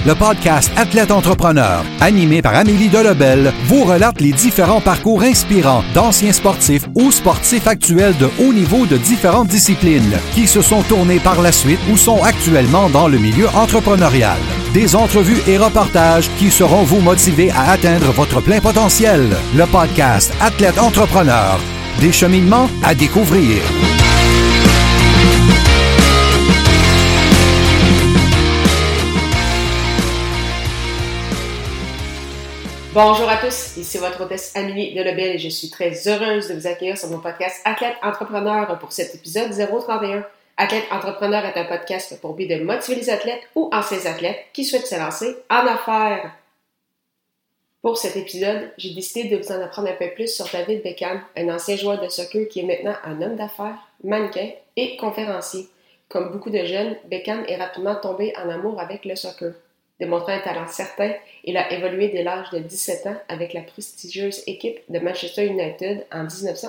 Le podcast Athlète Entrepreneur, animé par Amélie Delebel, vous relate les différents parcours inspirants d'anciens sportifs ou sportifs actuels de haut niveau de différentes disciplines qui se sont tournés par la suite ou sont actuellement dans le milieu entrepreneurial. Des entrevues et reportages qui sauront vous motiver à atteindre votre plein potentiel. Le podcast Athlète Entrepreneur, des cheminements à découvrir. Bonjour à tous, ici votre hôtesse Amélie Delebel et je suis très heureuse de vous accueillir sur mon podcast Athlète Entrepreneur pour cet épisode 031. Athlète Entrepreneur est un podcast pour but de motiver les athlètes ou anciens athlètes qui souhaitent se lancer en affaires. Pour cet épisode, j'ai décidé de vous en apprendre un peu plus sur David Beckham, un ancien joueur de soccer qui est maintenant un homme d'affaires, mannequin et conférencier. Comme beaucoup de jeunes, Beckham est rapidement tombé en amour avec le soccer. Démontrant un talent certain, il a évolué dès l'âge de 17 ans avec la prestigieuse équipe de Manchester United en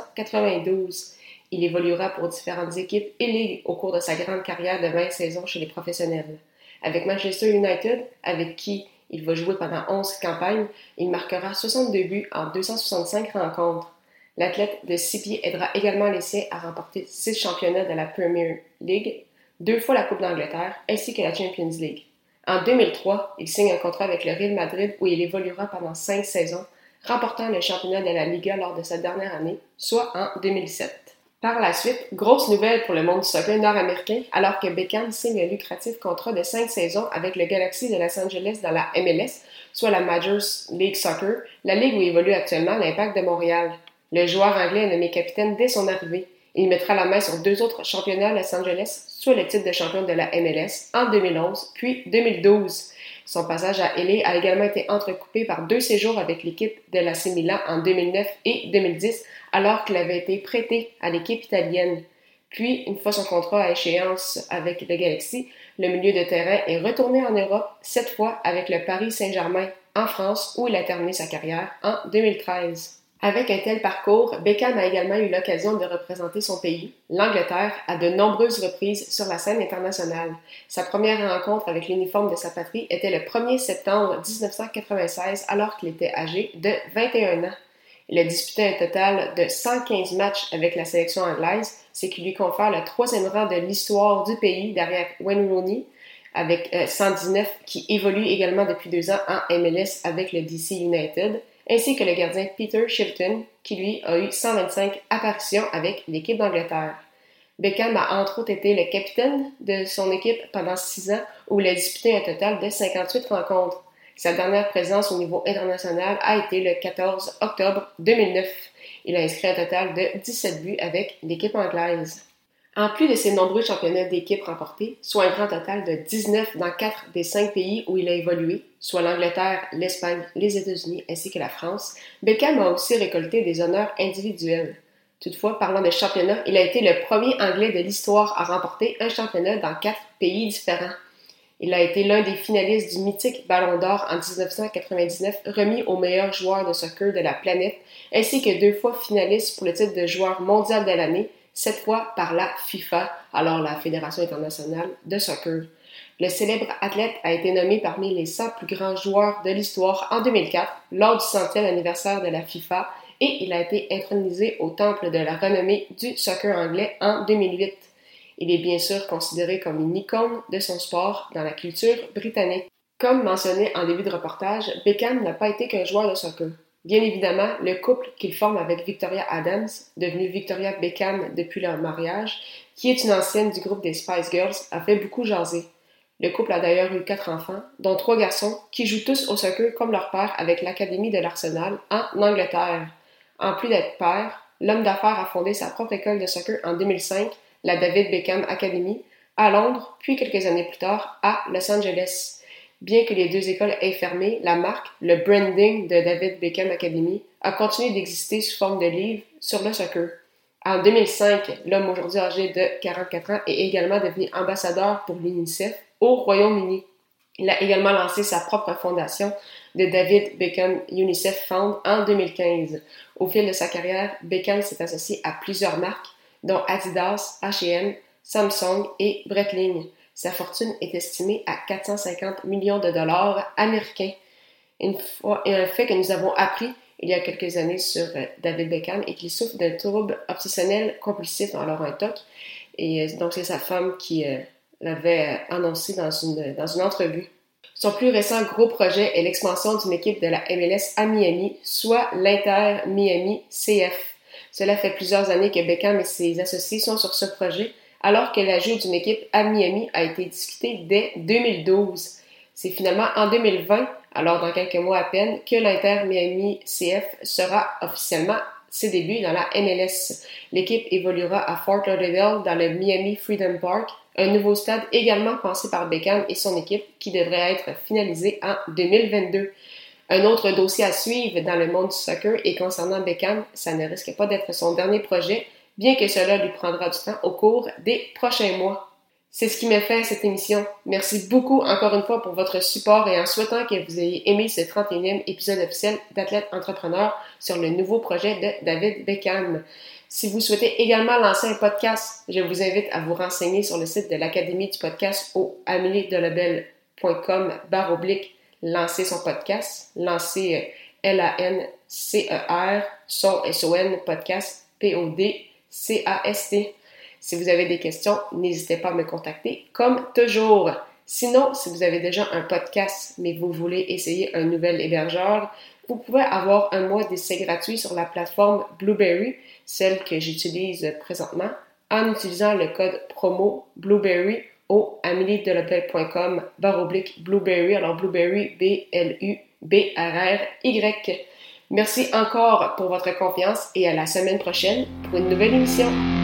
1992. Il évoluera pour différentes équipes et ligues au cours de sa grande carrière de 20 saisons chez les professionnels. Avec Manchester United, avec qui il va jouer pendant 11 campagnes, il marquera 62 buts en 265 rencontres. L'athlète de 6 pieds aidera également les siens à remporter 6 championnats de la Premier League, 2 fois la Coupe d'Angleterre ainsi que la Champions League. En 2003, il signe un contrat avec le Real Madrid où il évoluera pendant 5 saisons, remportant le championnat de la Liga lors de sa dernière année, soit en 2007. Par la suite, grosse nouvelle pour le monde du soccer nord-américain, alors que Beckham signe un lucratif contrat de 5 saisons avec le Galaxy de Los Angeles dans la MLS, soit la Major League Soccer, la ligue où évolue actuellement l'Impact de Montréal. Le joueur anglais est nommé capitaine dès son arrivée. Il mettra la main sur 2 autres championnats à Los Angeles, soit le titre de champion de la MLS en 2011 puis 2012. Son passage à LA a également été entrecoupé par 2 séjours avec l'équipe de l'AC Milan en 2009 et 2010, alors qu'il avait été prêté à l'équipe italienne. Puis, une fois son contrat à échéance avec le Galaxy, le milieu de terrain est retourné en Europe, cette fois avec le Paris Saint-Germain en France, où il a terminé sa carrière en 2013. Avec un tel parcours, Beckham a également eu l'occasion de représenter son pays, l'Angleterre, à de nombreuses reprises sur la scène internationale. Sa première rencontre avec l'uniforme de sa patrie était le 1er septembre 1996 alors qu'il était âgé de 21 ans. Il a disputé un total de 115 matchs avec la sélection anglaise, ce qui lui confère le 3e rang de l'histoire du pays derrière Wayne Rooney, avec 119 qui évolue également depuis 2 ans en MLS avec le DC United, ainsi que le gardien Peter Shilton, qui lui a eu 125 apparitions avec l'équipe d'Angleterre. Beckham a entre autres été le capitaine de son équipe pendant 6 ans, où il a disputé un total de 58 rencontres. Sa dernière présence au niveau international a été le 14 octobre 2009. Il a inscrit un total de 17 buts avec l'équipe anglaise. En plus de ses nombreux championnats d'équipe remportés, soit un grand total de 19 dans 4 des 5 pays où il a évolué, soit l'Angleterre, l'Espagne, les États-Unis ainsi que la France, Beckham a aussi récolté des honneurs individuels. Toutefois, parlant de championnat, il a été le premier Anglais de l'histoire à remporter un championnat dans 4 pays différents. Il a été l'un des finalistes du mythique Ballon d'Or en 1999, remis au meilleur joueur de soccer de la planète, ainsi que 2 fois finaliste pour le titre de joueur mondial de l'année, cette fois par la FIFA, alors la Fédération internationale de soccer. Le célèbre athlète a été nommé parmi les 100 plus grands joueurs de l'histoire en 2004, lors du 100e anniversaire de la FIFA, et il a été intronisé au temple de la renommée du soccer anglais en 2008. Il est bien sûr considéré comme une icône de son sport dans la culture britannique. Comme mentionné en début de reportage, Beckham n'a pas été qu'un joueur de soccer. Bien évidemment, le couple qu'il forme avec Victoria Adams, devenue Victoria Beckham depuis leur mariage, qui est une ancienne du groupe des Spice Girls, a fait beaucoup jaser. Le couple a d'ailleurs eu 4 enfants, dont 3 garçons, qui jouent tous au soccer comme leur père avec l'Académie de l'Arsenal en Angleterre. En plus d'être père, l'homme d'affaires a fondé sa propre école de soccer en 2005, la David Beckham Academy, à Londres, puis quelques années plus tard à Los Angeles. Bien que les 2 écoles aient fermé, la marque, le branding de David Beckham Academy, a continué d'exister sous forme de livre sur le soccer. En 2005, l'homme aujourd'hui âgé de 44 ans est également devenu ambassadeur pour l'UNICEF au Royaume-Uni. Il a également lancé sa propre fondation, The David Beckham UNICEF Fund, en 2015. Au fil de sa carrière, Beckham s'est associé à plusieurs marques, dont Adidas, H&M, Samsung et Breitling. Sa fortune est estimée à 450 millions de dollars américains. Un fait que nous avons appris il y a quelques années sur David Beckham et qu'il souffre d'un trouble obsessionnel compulsif, alors un TOC. Et donc, c'est sa femme qui l'avait annoncé dans une entrevue. Son plus récent gros projet est l'expansion d'une équipe de la MLS à Miami, soit l'Inter Miami CF. Cela fait plusieurs années que Beckham et ses associés sont sur ce projet, alors que l'ajout d'une équipe à Miami a été discuté dès 2012. C'est finalement en 2020, alors dans quelques mois à peine, que l'Inter Miami CF sera officiellement ses débuts dans la MLS. L'équipe évoluera à Fort Lauderdale dans le Miami Freedom Park, un nouveau stade également pensé par Beckham et son équipe qui devrait être finalisé en 2022. Un autre dossier à suivre dans le monde du soccer et concernant Beckham, ça ne risque pas d'être son dernier projet, bien que cela lui prendra du temps au cours des prochains mois. C'est ce qui met fin à cette émission. Merci beaucoup encore une fois pour votre support et en souhaitant que vous ayez aimé ce 31e épisode officiel d'Athlète Entrepreneur sur le nouveau projet de David Beckham. Si vous souhaitez également lancer un podcast, je vous invite à vous renseigner sur le site de l'Académie du podcast au améliedelobel.com/lancer son podcast, lancer LANCER, son podcast PODCAST. Si vous avez des questions, n'hésitez pas à me contacter comme toujours. Sinon, si vous avez déjà un podcast, mais vous voulez essayer un nouvel hébergeur, vous pouvez avoir un mois d'essai gratuit sur la plateforme Blubrry, celle que j'utilise présentement, en utilisant le code promo Blubrry au améliedelobel.com/Blubrry, alors Blubrry, BLUBRRY. Merci encore pour votre confiance et à la semaine prochaine pour une nouvelle émission.